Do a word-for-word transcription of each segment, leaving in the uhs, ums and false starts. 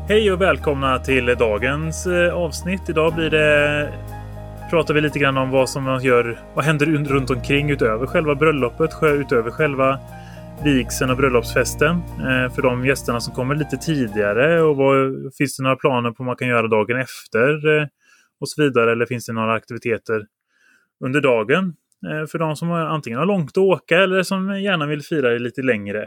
Hej och välkomna till dagens avsnitt. Idag blir det, pratar vi lite grann om vad som man gör, vad händer runt omkring utöver själva bröllopet, utöver själva vigseln och bröllopsfesten. För de gästerna som kommer lite tidigare, och vad, finns det några planer på vad man kan göra dagen efter och så vidare, eller finns det några aktiviteter under dagen för de som antingen har långt att åka eller som gärna vill fira det lite längre.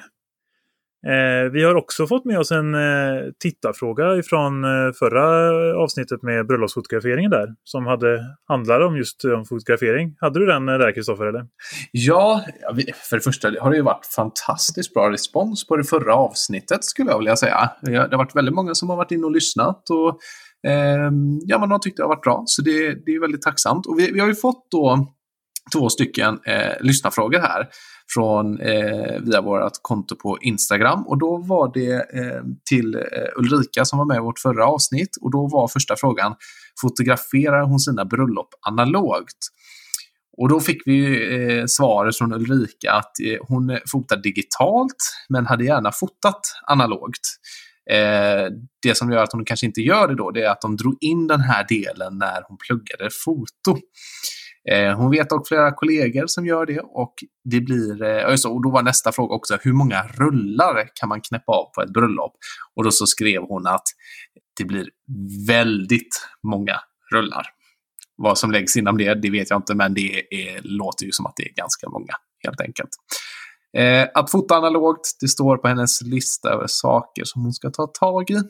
Eh, vi har också fått med oss en eh, tittarfråga ifrån eh, förra avsnittet med bröllopsfotograferingen där, som hade, handlade om just om fotografering. Hade du den eh, där, Kristoffer, eller? Ja, för det första har det ju varit fantastiskt bra respons på det förra avsnittet, skulle jag vilja säga. Det har varit väldigt många som har varit inne och lyssnat och eh, ja, man har tyckt det har varit bra, så det, det är väldigt tacksamt. Och vi, vi har ju fått då två stycken eh, lyssnarfrågor här från eh, via vårt konto på Instagram, och då var det eh, till eh, Ulrika som var med i vårt förra avsnitt, och då var första frågan: fotograferar hon sina bröllop analogt? Och då fick vi eh, svaret från Ulrika att eh, hon fotar digitalt men hade gärna fotat analogt. Eh, det som gör att hon kanske inte gör det då, det är att de drog in den här delen när hon pluggade foto. Eh, hon vet också flera kollegor som gör det, och det blir eh, så, och då var nästa fråga också: hur många rullar kan man knäppa av på ett bröllop? Och då så skrev hon att det blir väldigt många rullar. Vad som läggs inom det, det vet jag inte, men det är, låter ju som att det är ganska många, helt enkelt. Eh, att fota analogt, det står på hennes lista över saker som hon ska ta tag i.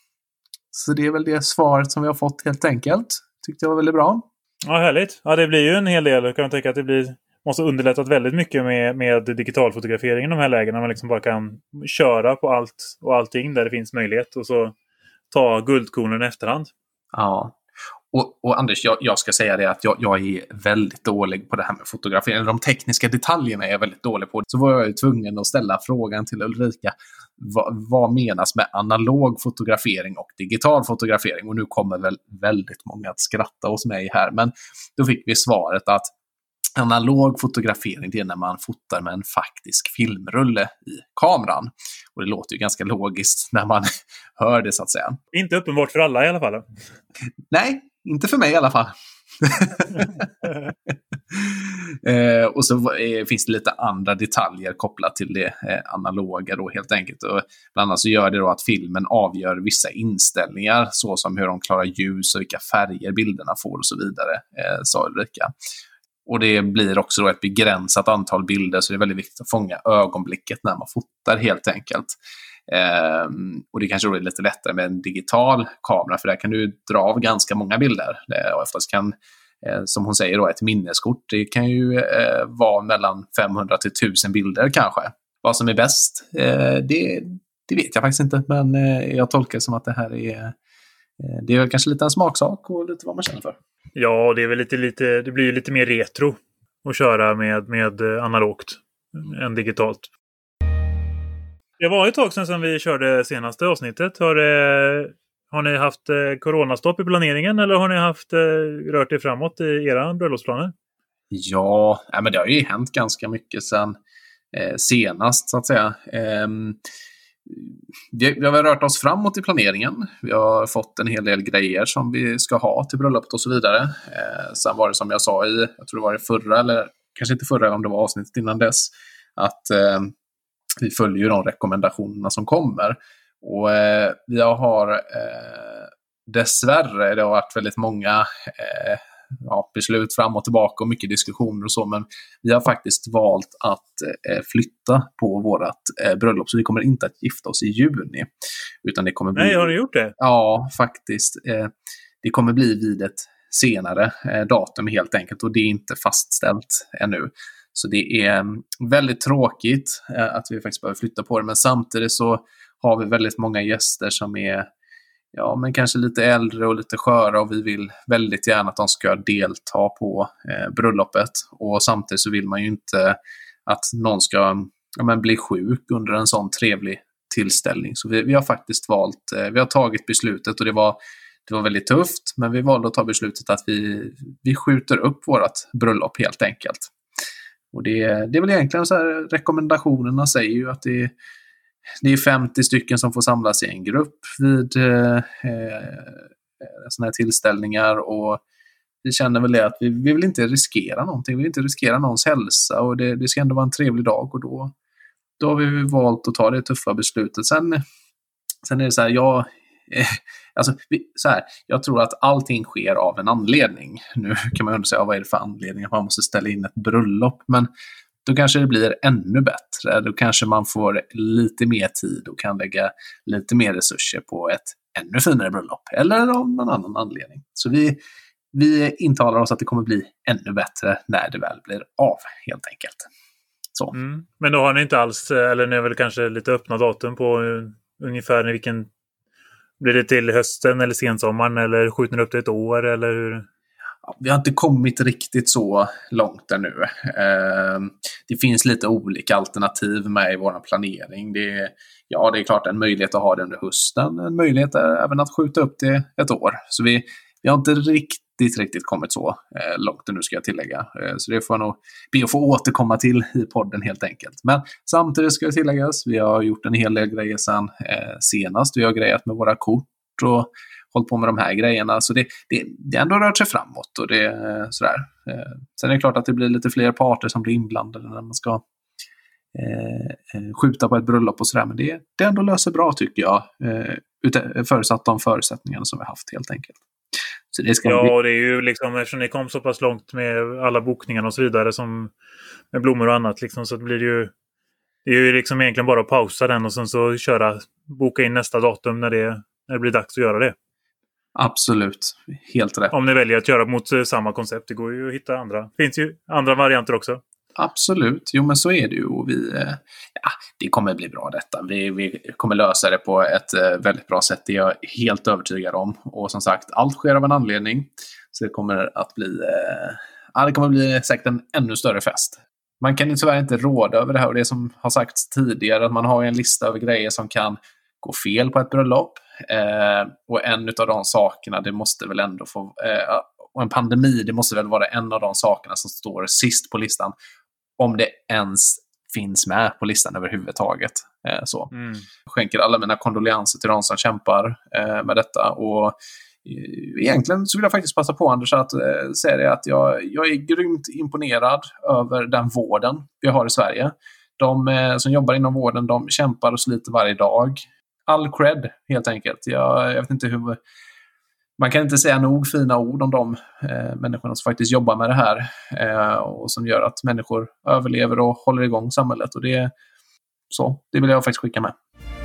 Så det är väl det svaret som vi har fått, helt enkelt. Tyckte jag var väldigt bra. Ja, härligt. Ja, det blir ju en hel del. Jag kan tänka att det blir, måste underlättat väldigt mycket med, med digitalfotografering i de här lägena. Man liksom bara kan köra på allt och allting där det finns möjlighet, och så ta guldkornen i efterhand. Ja. Och, och Anders, jag, jag ska säga det att jag, jag är väldigt dålig på det här med fotografering. De tekniska detaljerna är jag väldigt dålig på. Så var jag ju tvungen att ställa frågan till Ulrika: vad, vad menas med analog fotografering och digital fotografering? Och nu kommer väl väldigt många att skratta hos mig här. Men då fick vi svaret att analog fotografering, det är när man fotar med en faktisk filmrulle i kameran. Och det låter ju ganska logiskt när man hör det, så att säga. Inte uppenbart för alla i alla fall. Nej, inte för mig i alla fall. eh, och så eh, finns det lite andra detaljer kopplat till det eh, analoga då, helt enkelt. Och bland annat så gör det då att filmen avgör vissa inställningar, så som hur de klarar ljus och vilka färger bilderna får och så vidare, eh, sa Ulrika. Och det blir också då ett begränsat antal bilder, så det är väldigt viktigt att fånga ögonblicket när man fotar, helt enkelt. Eh, och det kanske då är lite lättare med en digital kamera, för där kan du dra av ganska många bilder. Eh, och oftast kan, eh, som hon säger då, ett minneskort, det kan ju eh, vara mellan femhundra till tusen bilder kanske. Vad som är bäst, eh, det, det vet jag faktiskt inte, men eh, jag tolkar det som att det här är, eh, det är väl kanske lite en smaksak och lite vad man känner för. Ja, det är väl lite, lite, det blir ju lite mer retro att köra med, med analogt än digitalt. Det var ett tag sedan som vi körde senaste avsnittet. Har, det, har ni haft coronastopp i planeringen, eller har ni haft rört er framåt i era bröllopsplaner? Ja, men det har ju hänt ganska mycket sedan eh, senast, så att säga. Eh, vi, vi har rört oss framåt i planeringen. Vi har fått en hel del grejer som vi ska ha till bröllopet och så vidare. Eh, sen var det, som jag sa i, jag tror det var det förra, eller kanske inte förra, om det var avsnittet innan dess, att eh, vi följer ju de rekommendationerna som kommer. Och eh, vi har eh, dessvärre, det har varit väldigt många eh, ja, beslut fram och tillbaka och mycket diskussioner och så, men vi har faktiskt valt att eh, flytta på vårat eh, bröllop, så vi kommer inte att gifta oss i juni, utan det kommer bli... Nej, har ni gjort det? Ja, faktiskt. Eh, det kommer bli vid ett senare eh, datum, helt enkelt, och det är inte fastställt ännu. Så det är väldigt tråkigt eh, att vi faktiskt behöver flytta på det, men samtidigt så har vi väldigt många gäster som är, ja, men kanske lite äldre och lite sköra, och vi vill väldigt gärna att de ska delta på eh, bröllopet, och samtidigt så vill man ju inte att någon ska, ja, men bli sjuk under en sån trevlig tillställning. Så vi, vi har faktiskt valt, eh, vi har tagit beslutet, och det var, det var väldigt tufft, men vi valde att ta beslutet att vi, vi skjuter upp vårat bröllop, helt enkelt. Och det, det är väl egentligen så här, rekommendationerna säger ju att det, det är femtio stycken som får samlas i en grupp vid eh, sådana här tillställningar, och vi känner väl det att vi, vi vill inte riskera någonting, vi vill inte riskera någons hälsa, och det, det ska ändå vara en trevlig dag, och då, då har vi valt att ta det tuffa beslutet. Sen, sen är det så här, jag, eh, alltså, vi, så här, jag tror att allting sker av en anledning. Nu kan man ju säga, vad är det för anledning att man måste ställa in ett bröllop, men då kanske det blir ännu bättre. Då kanske man får lite mer tid och kan lägga lite mer resurser på ett ännu finare bröllop, eller av någon annan anledning. Så vi, vi intalar oss att det kommer bli ännu bättre när det väl blir av, helt enkelt. Så. Mm. Men då har ni inte alls, eller ni är väl kanske lite öppna datum på uh, ungefär vilken, blir det till hösten eller sensommaren, eller skjuter ni upp till ett år, eller hur? Ja, vi har inte kommit riktigt så långt ännu. Eh, det finns lite olika alternativ med i vår planering. Det är, ja, det är klart en möjlighet att ha det under hösten. En möjlighet är även att skjuta upp det ett år. Så vi, vi har inte riktigt, riktigt kommit så eh, långt nu, ska jag tillägga. Eh, så det får jag nog be att få återkomma till i podden, helt enkelt. Men samtidigt ska jag tilläggas, vi har gjort en hel del grejer sedan eh, senast. Vi har grejat med våra kort och hållit på med de här grejerna, så det, det, det ändå rört sig framåt, och det sådär. Eh, sen är det klart att det blir lite fler parter som blir inblandade när man ska eh, skjuta på ett bröllop och sådär, men det, det ändå löser bra, tycker jag, eh, ut, förutsatt de förutsättningarna som vi haft, helt enkelt. Så det ska ja, bli... och det är ju liksom, eftersom ni kom så pass långt med alla bokningarna och så vidare, som med blommor och annat, liksom, så blir det ju det är ju liksom egentligen bara att pausa den och sen så köra, boka in nästa datum när det, när det blir dags att göra det. Absolut, helt rätt. Om ni väljer att göra mot samma koncept, det går ju att hitta andra. Det finns ju andra varianter också. Absolut, jo men så är det ju, och vi, ja, det kommer bli bra detta. Vi, vi kommer lösa det på ett väldigt bra sätt, det är jag helt övertygad om. Och som sagt, allt sker av en anledning, så det kommer att bli, ja, det kommer att bli säkert en ännu större fest. Man kan ju tyvärr inte råda över det här, och det som har sagts tidigare, att man har en lista över grejer som kan gå fel på ett bröllop. Eh, och en av de sakerna, det måste väl ändå få, eh, och en pandemi, det måste väl vara en av de sakerna som står sist på listan, om det ens finns med på listan överhuvudtaget. Eh, så. Mm. Jag skänker alla mina kondolenser till de som kämpar eh, med detta, och eh, egentligen så vill jag faktiskt passa på, Anders, att eh, säga det, att jag, jag är grymt imponerad över den vården vi har i Sverige. De eh, som jobbar inom vården, de kämpar och sliter varje dag. All cred, helt enkelt. Jag, jag vet inte hur... Man kan inte säga nog fina ord om de eh, människorna som faktiskt jobbar med det här, eh, och som gör att människor överlever och håller igång samhället. Och det, så, det vill jag faktiskt skicka med.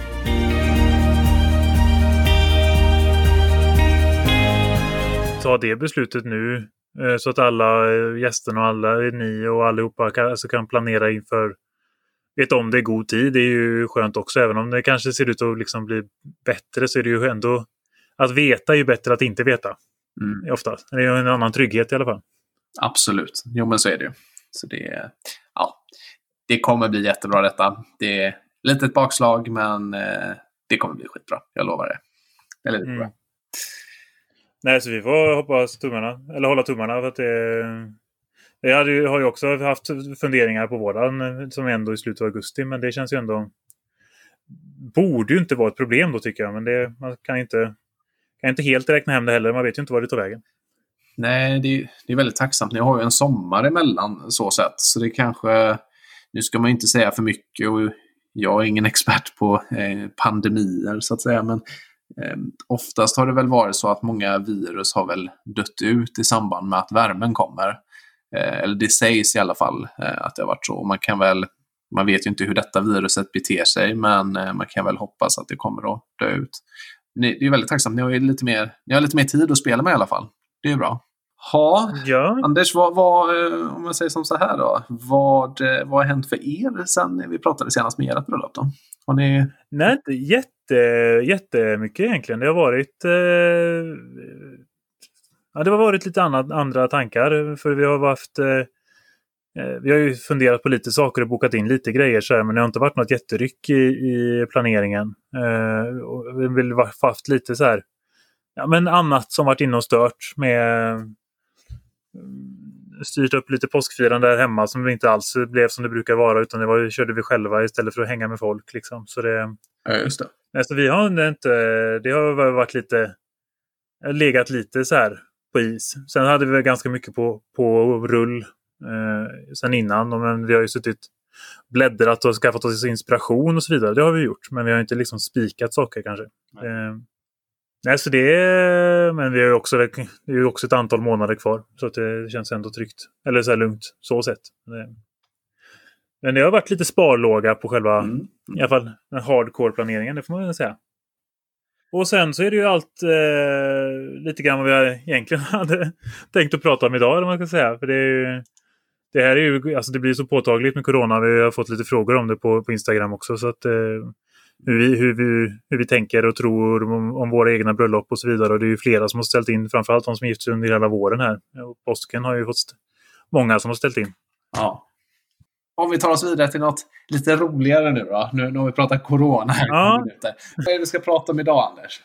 Ta det beslutet nu, eh, så att alla gästerna och alla ni och allihopa kan, alltså kan planera inför, vet om det är god tid. Det är ju skönt också, även om det kanske ser ut att liksom bli bättre, så är det ju ändå, att veta är ju bättre att inte veta. Mm. Oftast. Det är ju en annan trygghet i alla fall. Absolut. Jo, men så är det ju. Så det, ja, det kommer bli jättebra detta. Det är lite ett bakslag, men eh, det kommer bli skitbra. Jag lovar det. Eller lite mm. bra. Nej, så vi får hoppas tummarna, eller hålla tummarna, för att det... Jag hade ju, har ju också haft funderingar på våran som ändå i slutet av augusti, men det känns ju ändå, borde ju inte vara ett problem då, tycker jag, men det, man kan inte kan inte helt räkna hem det heller, man vet ju inte vad det tar vägen. Nej, det är, det är väldigt tacksamt. Ni har ju en sommar emellan så sätt, så det kanske, nu ska man ju inte säga för mycket, och jag är ingen expert på eh, pandemier så att säga, men eh, oftast har det väl varit så att många virus har väl dött ut i samband med att värmen kommer. Eh, eller det sägs i alla fall eh, att det har varit så. Man kan väl, man vet ju inte hur detta viruset beter sig, men eh, man kan väl hoppas att det kommer att dö ut. Ni, det är väldigt tacksamt. Ni har ju lite mer, ni har lite mer tid att spela med i alla fall. Det är bra. Ha, ja. Anders, vad, vad, om man säger som så här då, vad, vad har hänt för er sen vi pratade senast med ert bröllop då? Har ni... Nej, inte jätte, jättemycket egentligen. Det har varit eh, ja, det har varit lite andra, andra tankar, för vi har haft eh, vi har ju funderat på lite saker och bokat in lite grejer så här, men det har inte varit något jätteryck i, i planeringen. Eh, och vi vill ha haft lite så här, ja, men annat som varit inne och stört med styrt upp lite påskfirande där hemma som inte alls blev som det brukar vara, utan det var, körde vi själva istället för att hänga med folk liksom. Så det, ja, just det. Alltså, vi har inte, det har varit lite legat lite så här på is. Sen hade vi ganska mycket på, på rull eh, sen innan, men vi har ju suttit bläddrat och skaffat oss inspiration och så vidare. Det har vi gjort, men vi har inte liksom spikat saker kanske. Nej. Eh, nej, så det är, men vi har ju också, det är ju också ett antal månader kvar, så att det känns ändå tryggt. Eller så här lugnt, så sett. Det, men det har varit lite sparlåga på själva, mm. Mm. i alla fall den hardcore-planeringen, det får man väl säga. Och sen så är det ju allt eh, lite grann vad vi egentligen hade tänkt att prata om idag, eller man kan säga. För det är ju, det här är ju, alltså det blir så påtagligt med corona. Vi har fått lite frågor om det på, på Instagram också, så att eh, hur, vi, hur, vi, hur vi tänker och tror om, om våra egna bröllop och så vidare. Och det är ju flera som har ställt in, framförallt de som gift sig under hela våren här. Och påsken har ju fått många som har ställt in. Ja. Om vi tar oss vidare till något lite roligare nu då. Nu, nu har vi pratat corona här. Ja. Vad är det vi ska prata om idag, Anders?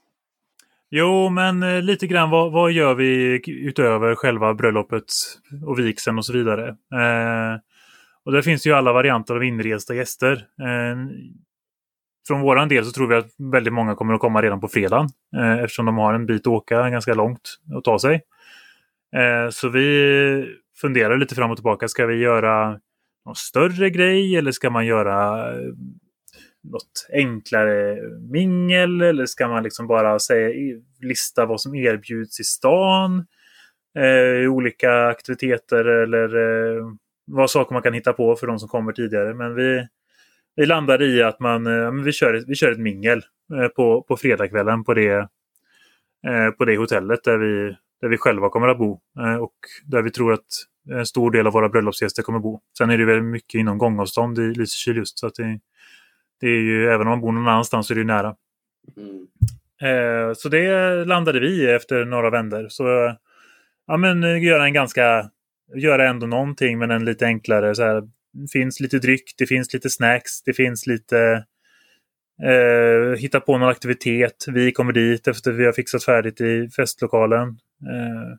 Jo, men eh, lite grann vad, vad gör vi utöver själva bröllopet och vigseln och så vidare. Eh, och där finns ju alla varianter av inresta gäster. Eh, från våran del så tror vi att väldigt många kommer att komma redan på fredagen. Eh, eftersom de har en bit att åka ganska långt att ta sig. Eh, så vi funderar lite fram och tillbaka. Ska vi göra någon större grej, eller ska man göra något enklare mingel, eller ska man liksom bara säga, lista vad som erbjuds i stan, eh, olika aktiviteter eller eh, vad saker man kan hitta på för de som kommer tidigare. Men vi, vi landar i att man, eh, vi, kör ett, vi kör ett mingel eh, på, på fredagskvällen på det, eh, på det hotellet där vi, där vi själva kommer att bo eh, och där vi tror att en stor del av våra bröllopsgäster kommer bo. Sen är det väldigt mycket inom gångavstånd i Lysekil just, så att det, det är ju, även om man bor någon annanstans så är det ju nära. Mm. Eh, så det landade vi efter några vändor. Så ja, men göra en ganska, göra ändå någonting, men en lite enklare så här. Det finns lite dryck, det finns lite snacks, det finns lite eh, hitta på någon aktivitet. Vi kommer dit efter vi har fixat färdigt i festlokalen. Eh,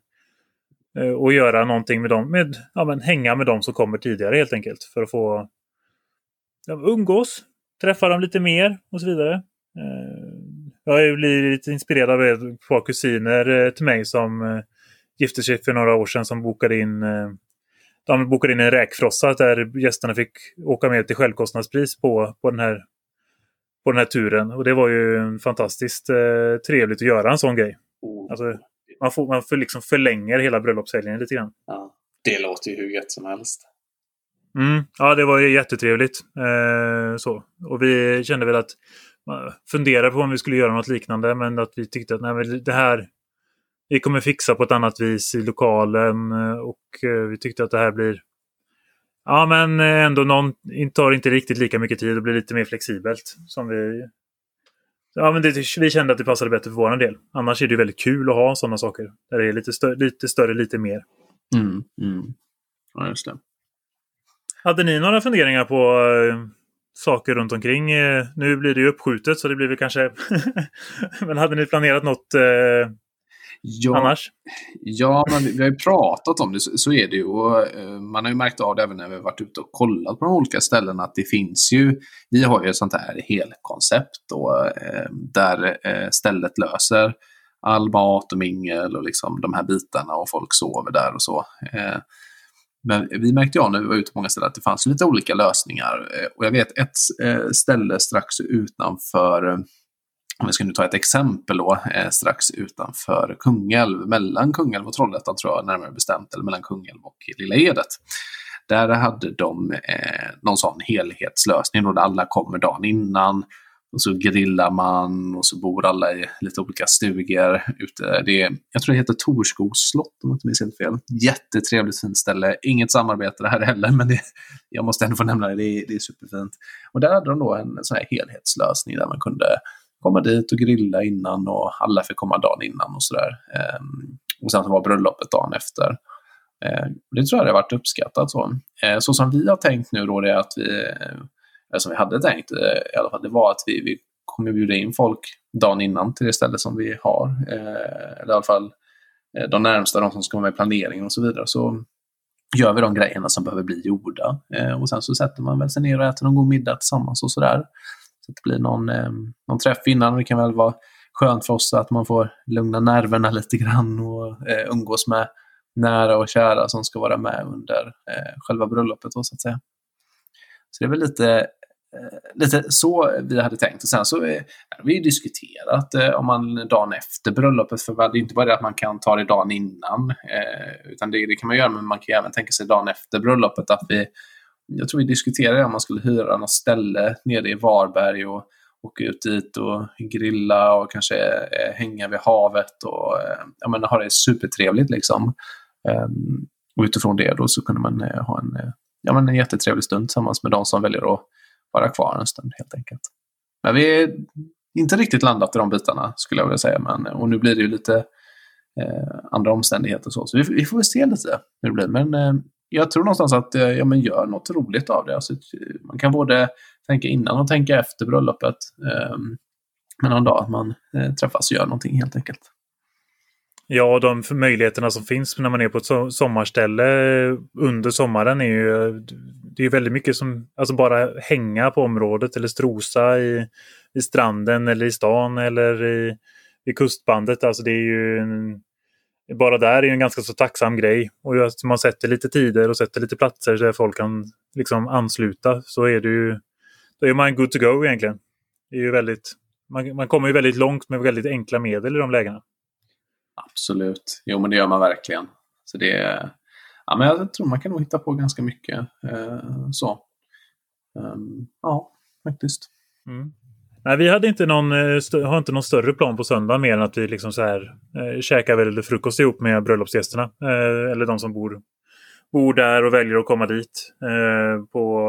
och göra någonting med dem, med, ja, men hänga med dem som kommer tidigare helt enkelt, för att få ja, umgås, träffa dem lite mer och så vidare. Jag har blivit lite inspirerad av ett par kusiner till mig som gifte sig för några år sedan, som bokade in de bokade in en räkfrossa där gästerna fick åka med till självkostnadspris på, på, den här, på den här turen, och det var ju fantastiskt eh, trevligt att göra en sån grej. Alltså Man får, man får liksom förlänger hela bröllopshelgen lite grann. Ja, det låter ju hur gött som helst. Mm, ja, det var ju jättetrevligt. Eh, så. Och vi kände väl att man funderade på om vi skulle göra något liknande, men att vi tyckte att nej, men det här vi kommer fixa på ett annat vis i lokalen, och eh, vi tyckte att det här blir ja, men ändå någon tar inte riktigt lika mycket tid och blir lite mer flexibelt som vi. Ja, men det, vi kände att det passade bättre för vår del. Annars är det väldigt kul att ha sådana saker där det är lite, stö- lite större, lite mer. Mm, mm. Ja, just det. Hade ni några funderingar på äh, saker runt omkring? Eh, nu blir det ju uppskjutet, så det blir väl kanske... men hade ni planerat något äh, ja, annars? Ja, men vi har ju pratat om det, så, så är det ju. Och, uh, man har ju märkt av det även när vi har varit ute och kollat på de olika ställena, att det finns ju, vi har ju ett sånt här helkoncept då, uh, där uh, stället löser all mat och mingel och liksom de här bitarna, och folk sover där och så. Uh, men vi märkte ju när vi var ute på många ställen att det fanns lite olika lösningar. Uh, och jag vet ett uh, ställe strax utanför... Uh, Om vi ska nu ta ett exempel då, eh, strax utanför Kungälv, mellan Kungälv och Trollhättan tror jag närmare bestämt, eller mellan Kungälv och Lilla Edet. Där hade de eh, någon sån helhetslösning då, där alla kommer dagen innan, och så grillar man och så bor alla i lite olika stugor ute. Det är, jag tror det heter Torskogs slott om jag inte minns helt fel. Jättetrevligt fint ställe, inget samarbete det här heller, men det, jag måste ändå få nämna det, det är, det är superfint. Och där hade de då en sån här helhetslösning där man kunde komma dit och grilla innan, och alla fick komma dagen innan och sådär. Um, och sen så var bröllopet dagen efter. Uh, det tror jag det har varit uppskattat så. Uh, så som vi har tänkt nu då, det är att vi, eller som vi hade tänkt uh, i alla fall, det var att vi, vi kommer bjuda in folk dagen innan till det stället som vi har. Uh, eller i alla fall uh, de närmsta, de som ska vara med i planeringen och så vidare. Så gör vi de grejerna som behöver bli gjorda. Eh, och sen så sätter man väl sig ner och äter någon god middag tillsammans och sådär. Så att det blir någon, eh, någon träff innan. Det kan väl vara skönt för oss att man får lugna nerverna lite grann och eh, umgås med nära och kära som ska vara med under eh, själva bröllopet då, så att säga. Så det är väl lite, eh, lite så vi hade tänkt. Och sen så eh, har vi ju diskuterat eh, om man dagen efter bröllopet, för det är inte bara det att man kan ta det dagen innan, eh, utan det, det kan man göra, men man kan även tänka sig dagen efter bröllopet att vi, jag tror vi diskuterade om man skulle hyra något ställe nere i Varberg och åka ut dit och grilla och kanske eh, hänga vid havet och eh, jag menar, ha det supertrevligt liksom. Um, och utifrån det då så kunde man eh, ha en, eh, ja, men en jättetrevlig stund tillsammans med de som väljer att vara kvar en stund helt enkelt. Men vi är inte riktigt landat i de bitarna skulle jag vilja säga, men, och nu blir det ju lite eh, andra omständigheter så, så vi, vi får väl se lite hur det blir, men eh, jag tror någonstans att eh, ja, men gör något roligt av det. Alltså, man kan både tänka innan och tänka efter bröllopet, eh, men någon dag att man eh, träffas och gör någonting helt enkelt. Ja, de möjligheterna som finns när man är på ett sommarställe under sommaren är ju, det är väldigt mycket som, alltså bara hänga på området eller strosa i, i stranden eller i stan eller i, i kustbandet. Alltså det är ju en, bara där är ju en ganska så tacksam grej. Och att man sätter lite tider och sätter lite platser där folk kan liksom ansluta, så är det ju, då är man good to go egentligen. Det är ju väldigt, man, man kommer ju väldigt långt med väldigt enkla medel i de lägena. Absolut. Jo, men det gör man verkligen. Så det, ja, men jag tror man kan nog hitta på ganska mycket eh, så. Um, ja, faktiskt. Mm. Nej, vi hade inte någon, har inte någon större plan på söndag mer än att vi liksom så här eh, käkar väl frukost ihop med bröllopsgästerna eh, eller de som bor, bor där och väljer att komma dit. Eh, på,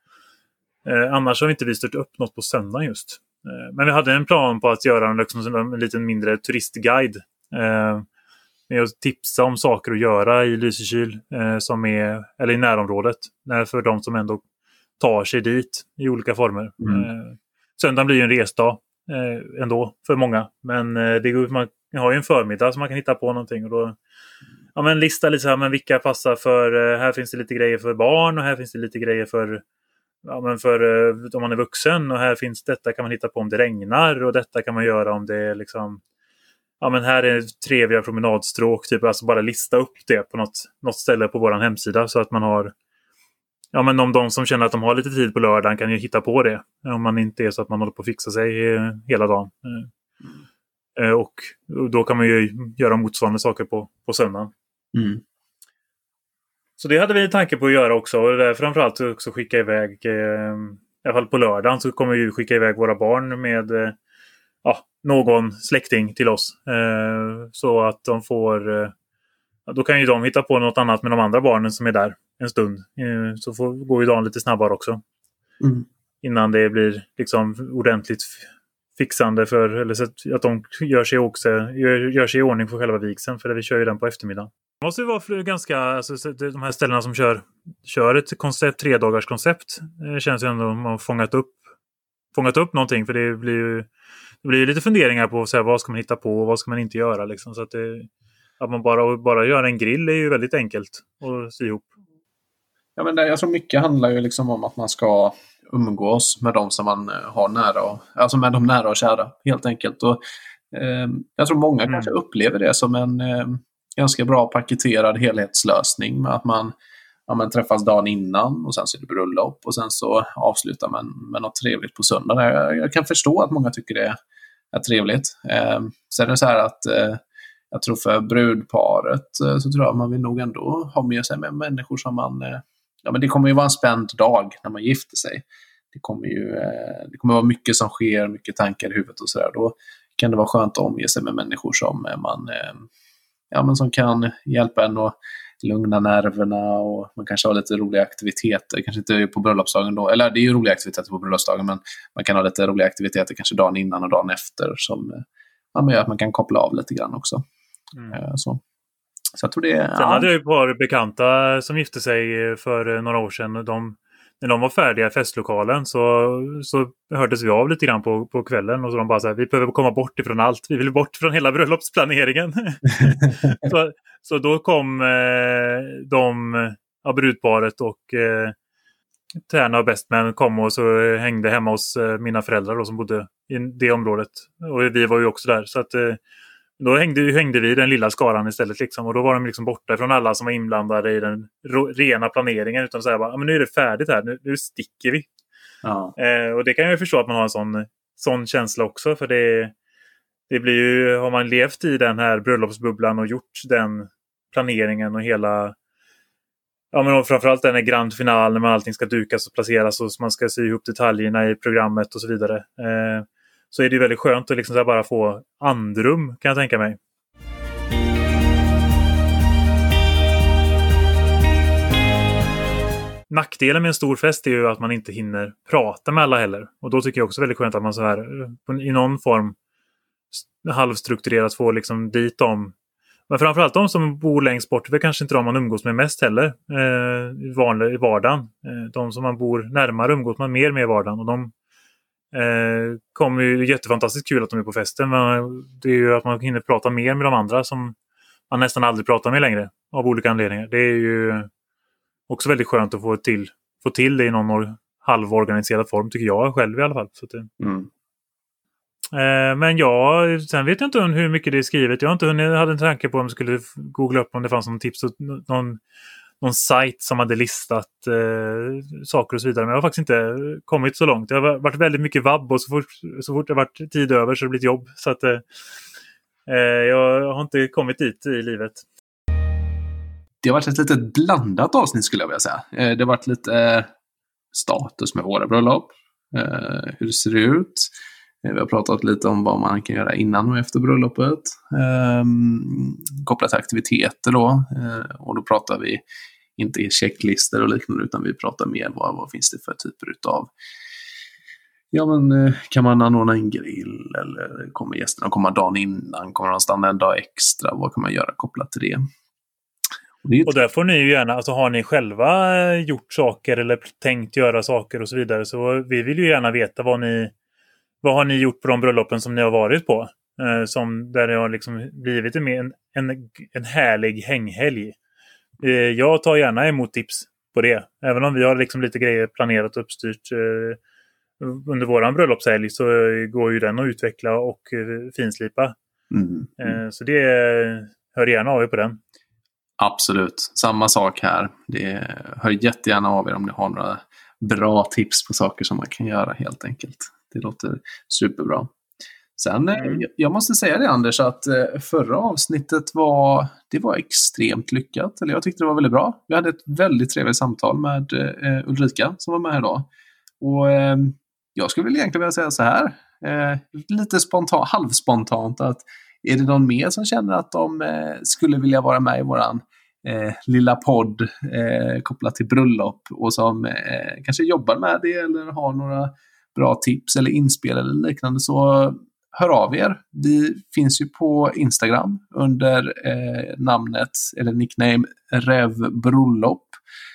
eh, annars har vi inte vi styrt upp något på söndag just. Eh, men vi hade en plan på att göra en, liksom, en liten mindre turistguide. Eh, med att tipsa om saker att göra i Lysekil eh, som är, eller i närområdet eh, för de som ändå tar sig dit i olika former. Mm. Eh, söndagen blir ju en resdag eh, ändå för många, men eh, det, man har ju en förmiddag så man kan hitta på någonting och då ja, men lista lite så här, men vilka passar för, eh, här finns det lite grejer för barn och här finns det lite grejer för ja, men för eh, om man är vuxen, och här finns detta kan man hitta på om det regnar och detta kan man göra om det är liksom ja, men här är trevliga promenadstråk, typ, alltså bara lista upp det på något, något ställe på våran hemsida så att man har, ja, men om de som känner att de har lite tid på lördagen kan ju hitta på det, om man inte är så att man håller på att fixa sig eh, hela dagen. Eh, och, och då kan man ju göra motsvarande saker på, på söndagen. Mm. Så det hade vi en tanke på att göra också, och där framförallt också skicka iväg, eh, i alla fall på lördagen så kommer vi skicka iväg våra barn med eh, ja, någon släkting till oss. Eh, så att de får... Eh, då kan ju de hitta på något annat med de andra barnen som är där en stund. Eh, så får, går ju dagen lite snabbare också. Mm. Innan det blir liksom ordentligt fixande för... Eller så att, att de gör sig, också, gör, gör sig i ordning för själva vigseln. För vi kör ju den på eftermiddagen. Det måste ju vara för ganska... Alltså, de här ställena som kör, kör ett koncept, tre dagars koncept. Det känns ju ändå att man har fångat upp, fångat upp någonting. För det blir ju... Det blir lite funderingar på så här, vad ska man hitta på och vad ska man inte göra. Liksom. Så att, det, att man bara, bara gör en grill är ju väldigt enkelt att sy ihop. Ja, men det, jag tror mycket handlar ju liksom om att man ska umgås med de som man har nära. Och, alltså med de nära och kära, helt enkelt. Och, eh, jag tror många mm. kanske upplever det som en eh, ganska bra paketerad helhetslösning. Med att man, ja, man träffas dagen innan och sen så är det bröllop. Och sen så avslutar man med något trevligt på söndag. Jag, jag kan förstå att många tycker det är är trevligt. Eh, sen är det så här att eh, jag tror för brudparet eh, så tror jag man vill nog ändå ha med sig med människor som man... Eh, ja, men det kommer ju vara en spänd dag när man gifter sig. Det kommer ju eh, det kommer vara mycket som sker, mycket tankar i huvudet och sådär. Då kan det vara skönt att omge sig med människor som eh, man eh, ja, men som kan hjälpa en att lugna nerverna, och man kanske har lite roliga aktiviteter, kanske inte på bröllopsdagen då, eller det är ju roliga aktiviteter på bröllopsdagen, men man kan ha lite roliga aktiviteter kanske dagen innan och dagen efter som ja, gör att man kan koppla av lite grann också. Mm. Så. Så jag tror det är... Sen ja. hade jag ju ett par bekanta som gifte sig för några år sedan, och de, när de var färdiga i festlokalen så, så hördes vi av lite grann på, på kvällen, och så de bara så här, vi behöver komma bort ifrån allt, vi vill bort från hela bröllopsplaneringen. så, så då kom eh, de ja, brudparet och eh, Tärna och Bestman kom och så hängde hemma hos eh, mina föräldrar då, som bodde i det området. Och vi var ju också där. Så att eh, då hängde, hängde vi den lilla skaran istället liksom. Och då var de liksom borta från alla som var inblandade i den ro- rena planeringen. Utan så här bara, men nu är det färdigt här, nu, nu sticker vi. Ja. Eh, och det kan jag ju förstå att man har en sån, sån känsla också. För det, det blir ju, har man levt i den här bröllopsbubblan och gjort den planeringen och hela... Ja, men framförallt den är grand final när man allting ska dukas och placeras och man ska sy ihop detaljerna i programmet och så vidare. Eh, så är det ju väldigt skönt att liksom så här bara få andrum, kan jag tänka mig. Nackdelen med en stor fest är ju att man inte hinner prata med alla heller. Och då tycker jag också väldigt skönt att man så här i någon form halvstrukturerat får liksom dit om. Men framförallt de som bor längst bort, det är kanske inte de man umgås med mest heller eh, i, vanlig, i vardagen. Eh, de som man bor närmare umgås man mer med i vardagen. Och de eh, kommer ju, jättefantastiskt kul att de är på festen. Men det är ju att man hinner prata mer med de andra som man nästan aldrig pratar med längre av olika anledningar. Det är ju också väldigt skönt att få till, få till det i någon halvorganiserad form, tycker jag själv i alla fall. Så det... Mm. Men ja, sen vet jag inte hur mycket det är skrivet. Jag har inte hunnit, hade en tanke på om jag skulle googla upp om det fanns någon tips, någon, någon sajt som hade listat eh, saker och så vidare. Men jag har faktiskt inte kommit så långt. Det har varit väldigt mycket vabb och så fort, så fort det har varit tid över så har det blivit jobb. Så att eh, jag har inte kommit dit i livet. Det har varit ett lite blandat avsnitt skulle jag vilja säga. Det har varit lite status med våra bröllop. Hur det ser ut. Vi har pratat lite om vad man kan göra innan och efter bröllopet. Um, kopplat till aktiviteter då. Uh, och då pratar vi inte i checklistor och liknande, utan vi pratar mer vad, vad finns det för typer utav... Ja, men uh, kan man anordna en grill eller kommer gästerna komma dagen innan? Kommer de stanna en dag extra? Vad kan man göra kopplat till det? Och, det och där får ni ju gärna, alltså har ni själva gjort saker eller tänkt göra saker och så vidare, så vi vill ju gärna veta vad ni Vad har ni gjort på de bröllopen som ni har varit på? Eh, som där det har liksom blivit en, en, en härlig hänghelg. Eh, jag tar gärna emot tips på det. Även om vi har liksom lite grejer planerat och uppstyrt eh, under våran bröllopshelg, så går ju den att utveckla och eh, finslipa. Mm. Mm. Eh, så det hör gärna av er på den. Absolut. Samma sak här. Det hör jättegärna av er om ni har några bra tips på saker som man kan göra helt enkelt. Det låter superbra. Sen, mm. jag måste säga det Anders, att förra avsnittet var, det var extremt lyckat. Eller jag tyckte det var väldigt bra. Vi hade ett väldigt trevligt samtal med eh, Ulrika som var med här idag. Och eh, jag skulle väl egentligen vilja säga så här. Eh, lite spontant, halvspontant, att är det någon mer som känner att de eh, skulle vilja vara med i våran eh, lilla podd eh, kopplat till bröllop och som eh, kanske jobbar med det eller har några bra tips eller inspel eller liknande, så hör av er. Vi finns ju på Instagram under eh, namnet eller nickname revbröllop.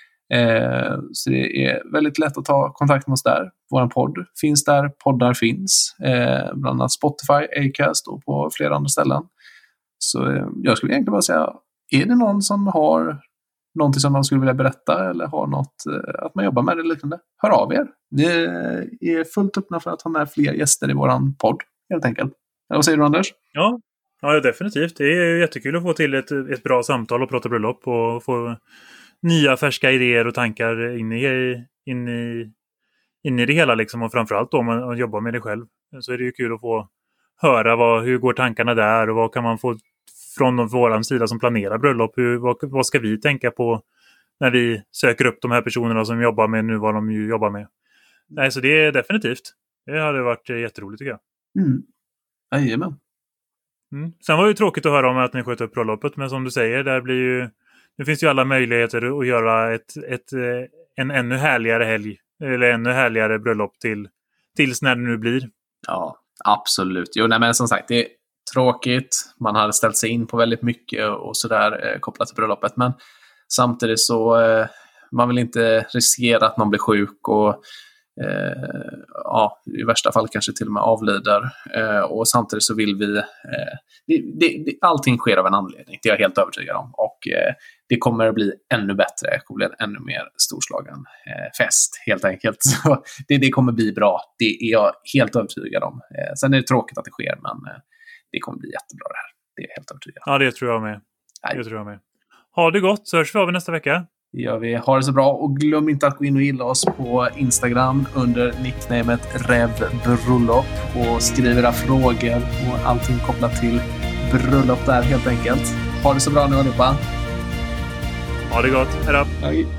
Eh, så det är väldigt lätt att ta kontakt med oss där. Vår podd finns där poddar finns. Eh, bland annat Spotify, Acast och på flera andra ställen. Så eh, jag skulle egentligen bara säga, är det någon som har någonting som man skulle vilja berätta eller har något att man jobbar med det liknande, hör av er. Vi är fullt öppna för att ha med fler gäster i våran podd, helt enkelt. Eller vad säger du, Anders? Ja, ja definitivt. Det är jättekul att få till ett, ett bra samtal och prata bröllop och få nya färska idéer och tankar in i, in i, in i det hela liksom. Och framförallt då om man jobbar med det själv, så är det ju kul att få höra vad, hur går tankarna där och vad kan man få från vår sida som planerar bröllop. Hur, vad, vad ska vi tänka på när vi söker upp de här personerna som jobbar med nu, vad de ju jobbar med. Nej, så det är definitivt. Det hade varit jätteroligt tycker jag. Mm. Jajamän. Mm. Sen var det ju tråkigt att höra om att ni sköt upp bröllopet, men som du säger, där blir ju, det finns ju alla möjligheter att göra ett, ett, en ännu härligare helg eller ännu härligare bröllop till tills när det nu blir. Ja, absolut. Jo, nej, men som sagt, det är tråkigt. Man hade ställt sig in på väldigt mycket och sådär eh, kopplat till bröllopet, men samtidigt så eh, man vill inte riskera att någon blir sjuk och eh, ja, i värsta fall kanske till och med avlider. Eh, och samtidigt så vill vi eh, det, det, det, allting sker av en anledning, det är jag helt övertygad om. Och och eh, det kommer att bli ännu bättre. Det kommer bli en ännu mer storslagen eh, fest helt enkelt. Så det, det kommer bli bra. Det är jag helt övertygad om. Eh, sen är det tråkigt att det sker, men eh, det kommer bli jättebra det här. Det är jag helt övertygad om. Ja, det tror jag med. Det tror jag med. Ha det gott, så hörs vi av nästa vecka. Ja, vi har det så bra, och glöm inte att gå in och gilla oss på Instagram under nicknamet revbröllop och skriv era frågor och allting kopplat till bröllop där helt enkelt. Ha det så bra nu allihopa. Ha det gott. Hej då. Hej.